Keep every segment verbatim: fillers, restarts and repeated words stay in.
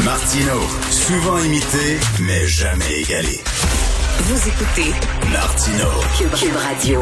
Martino, souvent imité, mais jamais égalé. Vous écoutez Martino, Cube, Cube Radio.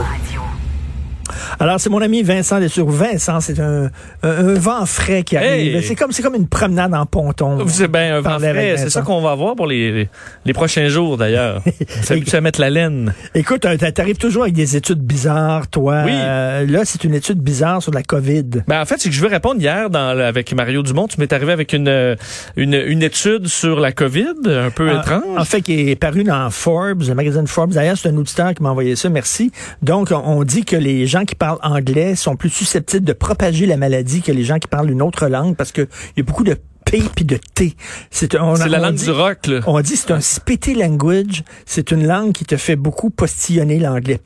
Alors, c'est mon ami Vincent Dessureau. Vincent, c'est un, un, un vent frais qui arrive. Hey. C'est comme, c'est comme une promenade en ponton. C'est bien un vent frais. C'est ça qu'on va voir pour les, les, les prochains jours, d'ailleurs. Ça veut mettre la laine. Écoute, t'arrives toujours avec des études bizarres, toi. Oui. Euh, là, c'est une étude bizarre sur la COVID. Ben, en fait, c'est que je veux répondre hier dans, avec Mario Dumont. Tu m'es arrivé avec une, une, une étude sur la COVID, un peu en, étrange. En fait, qui est paru dans Forbes, le magazine Forbes. D'ailleurs, c'est un auditeur qui m'a envoyé ça. Merci. Donc, on, on dit que les gens qui parlent anglais sont plus susceptibles de propager la maladie que les gens qui parlent une autre langue parce que il y a beaucoup de P puis de T. C'est, on, c'est la on langue dit, du rock, là. On dit c'est un spitty language. C'est une langue qui te fait beaucoup postillonner l'anglais.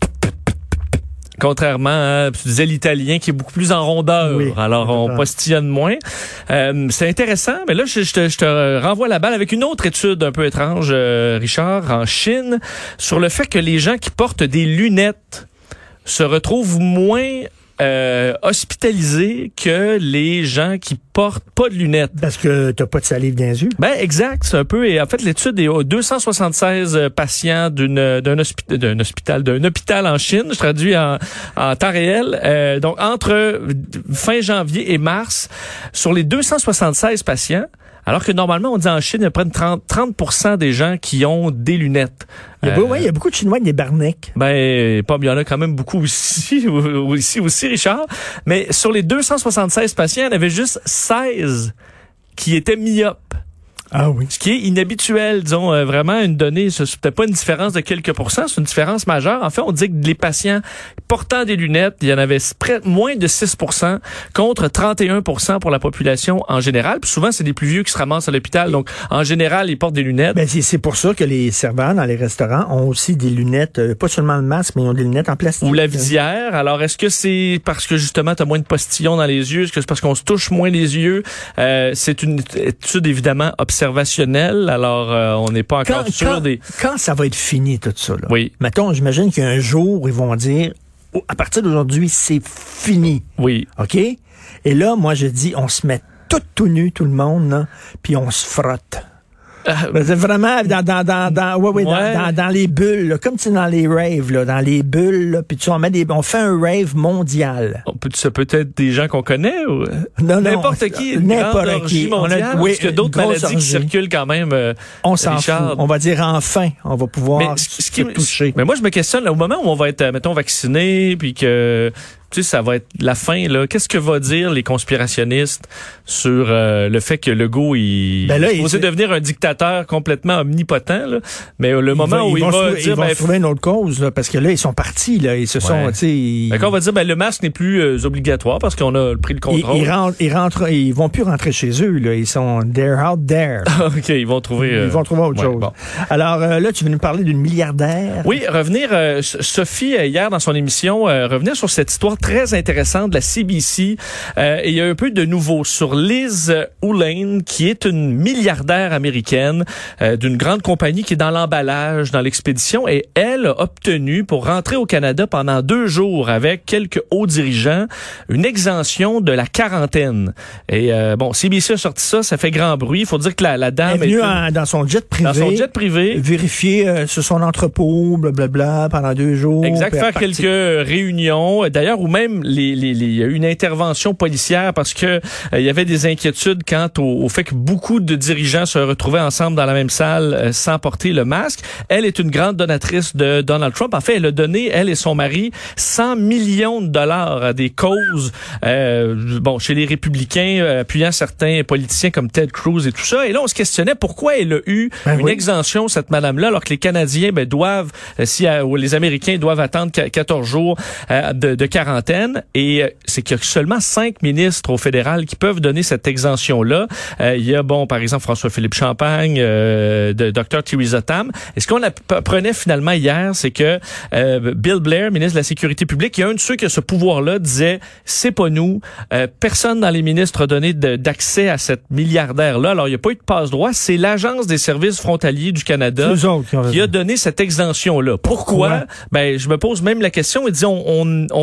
Contrairement à, tu disais, l'italien qui est beaucoup plus en rondeur. Oui, alors, on postillonne moins. Euh, c'est intéressant, mais là, je, je, te, je te renvoie la balle avec une autre étude un peu étrange, euh, Richard, en Chine, sur le fait que les gens qui portent des lunettes se retrouvent moins euh, hospitalisés que les gens qui portent pas de lunettes. Parce que t'as pas de salive dans les yeux. Ben exact, c'est un peu. Et en fait, l'étude est aux deux cent soixante-seize patients d'une d'un hôpital d'un hôpital d'un hôpital en Chine. Je traduis en, en temps réel. Euh, donc entre fin janvier et mars, sur les deux cent soixante-seize patients. Alors que normalement, on dit en Chine, il y a près de trente pour cent des gens qui ont des lunettes. Il y a, euh, ouais, il y a beaucoup de Chinois avec des barnecs. Ben, pas, il y en a quand même beaucoup aussi, aussi, aussi, Richard. Mais sur les deux cent soixante-seize patients, il y en avait juste seize qui étaient myopes. Ah oui. Ce qui est inhabituel, disons, euh, vraiment une donnée, ce n'était pas une différence de quelques pourcents, c'est une différence majeure. En fait, on dit que les patients portant des lunettes, il y en avait près, moins de six pour cent contre trente et un pour cent pour la population en général. Puis souvent, c'est des plus vieux qui se ramassent à l'hôpital. Donc, en général, ils portent des lunettes. Ben, c'est, c'est pour ça que les serveurs dans les restaurants ont aussi des lunettes, euh, pas seulement le masque, mais ils ont des lunettes en plastique. Ou la visière. Alors, est-ce que c'est parce que justement, tu as moins de postillons dans les yeux? Est-ce que c'est parce qu'on se touche moins les yeux? Euh, c'est une étude, évidemment, observationnelle. Alors, euh, on n'est pas encore quand, sûr quand, des... Quand ça va être fini, tout ça, là? Oui. Mettons, j'imagine qu'il y a un jour où ils vont dire, oh, à partir d'aujourd'hui, c'est fini. Oui. OK? Et là, moi, je dis, on se met tout, tout nu, tout le monde, là, puis on se frotte. Ben, c'est vraiment dans dans dans dans ouais, ouais, ouais. Dans, dans, dans les bulles là, comme tu sais dans les raves là, dans les bulles là, puis tu on met des on fait un rave mondial. On peut ça peut être des gens qu'on connaît ou non, n'importe non, qui, une n'importe grande qui. orgie mondiale, on a, oui, parce qu'il y a d'autres maladies orgie. Qui circulent quand même. Euh, on s'en Richard. fout. On va dire enfin, on va pouvoir mais, ce, ce qui, se toucher. Mais moi je me questionne là, au moment où on va être mettons vacciné puis que tu sais, ça va être la fin, là. Qu'est-ce que va dire les conspirationnistes sur euh, le fait que Legault, il ben là, est supposé devenir un dictateur complètement omnipotent, là. Mais le moment va, où il va trouver, dire... Ils vont ben, trouver une autre cause, là, parce que là, ils sont partis, là. Ils se sont, ouais. tu sais... Ils... Ben, quand on va dire, ben, le masque n'est plus euh, obligatoire parce qu'on a pris le contrôle. Ils, ils, rentrent, ils, rentrent, ils vont plus rentrer chez eux, là. Ils sont... They're out there. OK, ils vont trouver... Euh... Ils vont trouver autre ouais, chose. Bon. Alors, euh, là, tu veux nous parler d'une milliardaire? Oui, revenir... Euh, Sophie, hier, dans son émission, euh, revenir sur cette histoire très intéressante de la C B C. Euh, et il y a un peu de nouveau sur Liz Ullane, qui est une milliardaire américaine euh, d'une grande compagnie qui est dans l'emballage, dans l'expédition. Et elle a obtenu, pour rentrer au Canada pendant deux jours avec quelques hauts dirigeants, une exemption de la quarantaine. Et euh, bon, C B C a sorti ça, ça fait grand bruit. Il faut dire que la, la dame... Elle est venue est en, dans son jet privé. Dans son jet privé. Vérifier euh, sur son entrepôt, blablabla, pendant deux jours. Exact, faire quelques réunions. D'ailleurs, ou même les, les, les une intervention policière parce que euh, il y avait des inquiétudes quant au, au fait que beaucoup de dirigeants se retrouvaient ensemble dans la même salle euh, sans porter le masque. Elle est une grande donatrice de Donald Trump. En fait, elle a donné, elle et son mari, cent millions de dollars à des causes, euh, bon, chez les républicains, euh, appuyant certains politiciens comme Ted Cruz et tout ça. Et là, on se questionnait pourquoi elle a eu ben une oui. exemption, cette madame-là, alors que les Canadiens ben, doivent, euh, si euh, ou les Américains doivent attendre quatorze jours euh, de, de quarantaine. Et euh, c'est qu'il y a seulement cinq ministres au fédéral qui peuvent donner cette exemption-là. Euh, il y a, bon, par exemple, François-Philippe Champagne, euh, de Dr Theresa Tam. Et ce qu'on apprenait finalement hier, c'est que euh, Bill Blair, ministre de la Sécurité publique, il y a un de ceux qui a ce pouvoir-là, disait, c'est pas nous. Euh, personne dans les ministres a donné de, d'accès à cette milliardaire-là. Alors, il n'y a pas eu de passe-droit. C'est l'Agence des services frontaliers du Canada qui a donné cette exemption-là. Pourquoi? Pourquoi? Ben, je me pose même la question et disons, on, on, on travaille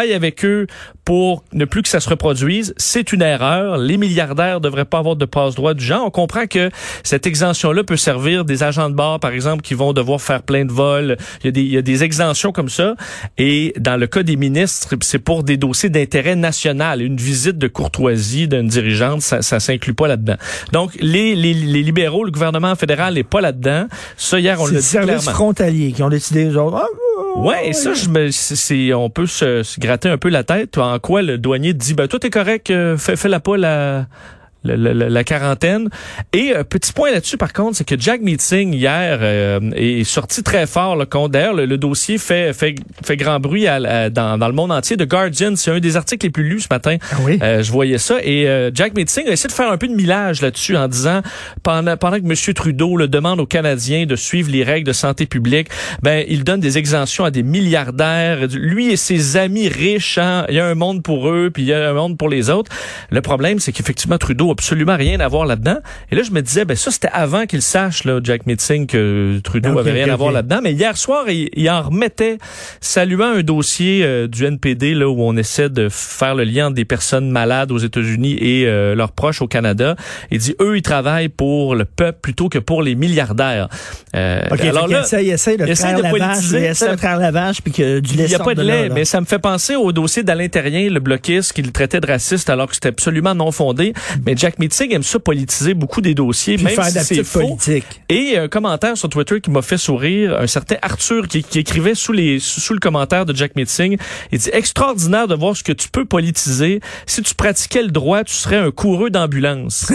travaille avec eux pour ne plus que ça se reproduise, c'est une erreur. Les milliardaires devraient pas avoir de passe-droit du genre. On comprend que cette exemption-là peut servir des agents de bord, par exemple, qui vont devoir faire plein de vols. Il y a des, il y a des exemptions comme ça. Et dans le cas des ministres, c'est pour des dossiers d'intérêt national. Une visite de courtoisie d'une dirigeante, ça, ça s'inclut pas là-dedans. Donc, les, les, les libéraux, le gouvernement fédéral n'est pas là-dedans. Ça, hier, on l'a dit clairement. C'est les services frontaliers qui ont décidé, eux autres, ah, ouais, et ça, je me, c'est, on peut se, se gratter un peu la tête. En quoi le douanier dit, ben, toi, t'es correct, euh, fais, fais-la pas la, la, la, la quarantaine. Et euh, petit point là-dessus, par contre, c'est que Jack Meeting, hier, euh, est sorti très fort, là, contre, d'ailleurs, le, le dossier fait, fait, fait grand bruit à, à, dans, dans le monde entier. The Guardian, c'est un des articles les plus lus ce matin. Ah oui? Euh, je voyais ça. Et euh, Jack Meeting a essayé de faire un peu de millage là-dessus en disant, pendant, pendant que M. Trudeau le demande aux Canadiens de suivre les règles de santé publique, ben, il donne des exemptions à des milliardaires. Lui et ses amis riches, hein, il y a un monde pour eux, puis il y a un monde pour les autres. Le problème, c'est qu'effectivement, Trudeau absolument rien à voir là-dedans. Et là, je me disais, ben ça, c'était avant qu'il sache, là, Jack Meeting, que Trudeau okay, avait rien okay, à voir okay. là-dedans. Mais hier soir, il, il en remettait, saluant un dossier euh, du N P D, là, où on essaie de faire le lien entre des personnes malades aux États-Unis et euh, leurs proches au Canada. Il dit, eux, ils travaillent pour le peuple plutôt que pour les milliardaires. Euh, OK, alors là, il essaie de faire la vache, il essaie de faire la vache, puis que du lait. Il n'y a pas de, de lait, là, là. Mais ça me fait penser au dossier d'Alain Terrien, le bloquiste, qui le traitait de raciste alors que c'était absolument non fondé. Mais Jack Meeting aime ça politiser beaucoup des dossiers, puis même faire si de la c'est faux. politique. Et un commentaire sur Twitter qui m'a fait sourire, un certain Arthur qui, qui écrivait sous les sous, sous le commentaire de Jack Meeting, il dit extraordinaire de voir ce que tu peux politiser. Si tu pratiquais le droit, tu serais un coureux d'ambulance.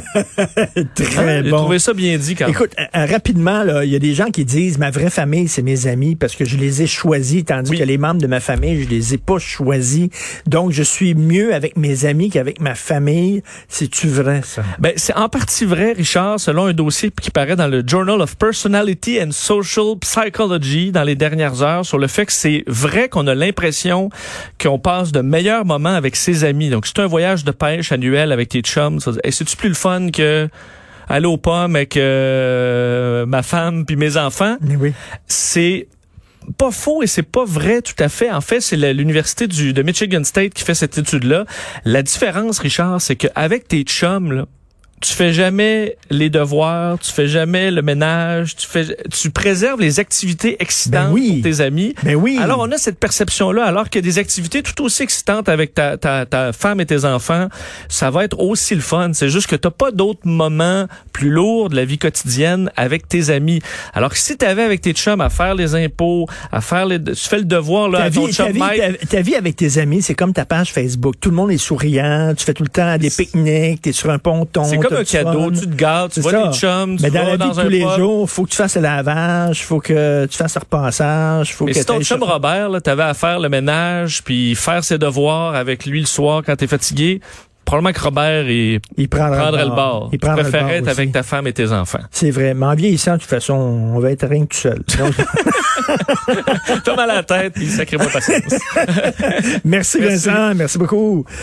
Très hein? bon. J'ai trouvé ça bien dit quand même. Écoute, euh, rapidement, là, il y a des gens qui disent ma vraie famille, c'est mes amis parce que je les ai choisis, tandis oui. que les membres de ma famille, je les ai pas choisis. Donc, je suis mieux avec mes amis qu'avec ma famille. C'est-tu vrai, ça? Ben, c'est en partie vrai, Richard, selon un dossier qui paraît dans le Journal of Personality and Social Psychology dans les dernières heures sur le fait que c'est vrai qu'on a l'impression qu'on passe de meilleurs moments avec ses amis. Donc, c'est un voyage de pêche annuel avec tes chums. Et c'est-tu plus le fun que aller aux pommes avec euh, ma femme puis mes enfants? Oui. C'est pas faux et c'est pas vrai tout à fait. En fait, c'est l'université du, de Michigan State qui fait cette étude-là. La différence, Richard, c'est qu'avec tes chums, là, tu fais jamais les devoirs, tu fais jamais le ménage, tu fais, tu préserves les activités excitantes ben oui. pour tes amis. Ben oui. Alors, on a cette perception-là, alors qu'il y a des activités tout aussi excitantes avec ta, ta, ta femme et tes enfants, ça va être aussi le fun. C'est juste que t'as pas d'autres moments plus lourds de la vie quotidienne avec tes amis. Alors que si t'avais avec tes chums à faire les impôts, à faire les, tu fais le devoir, là, ta à ton vie, chum ta vie, Mike. Ta, ta vie avec tes amis, c'est comme ta page Facebook. Tout le monde est souriant, tu fais tout le temps des pique-niques, t'es sur un ponton. C'est comme un cadeau, tu te gardes, tu vois ça. tes chums, tu mais vas dans la vie dans de un tous les pub. jours, faut que tu fasses le lavage, faut que tu fasses le repassage, faut mais que si ton chum Robert, là, t'avais à faire le ménage puis faire ses devoirs avec lui le soir quand t'es fatigué, probablement que Robert, il, il prendrait, prendrait le le bord. bord. Il prendrait préférait le bord être avec ta femme et tes enfants. C'est vrai. Mais en vieillissant, de toute façon, on va être rien que tout seul. Donc... T'as mal à la tête, puis sacré pas patience. Merci, Merci Vincent. Merci beaucoup.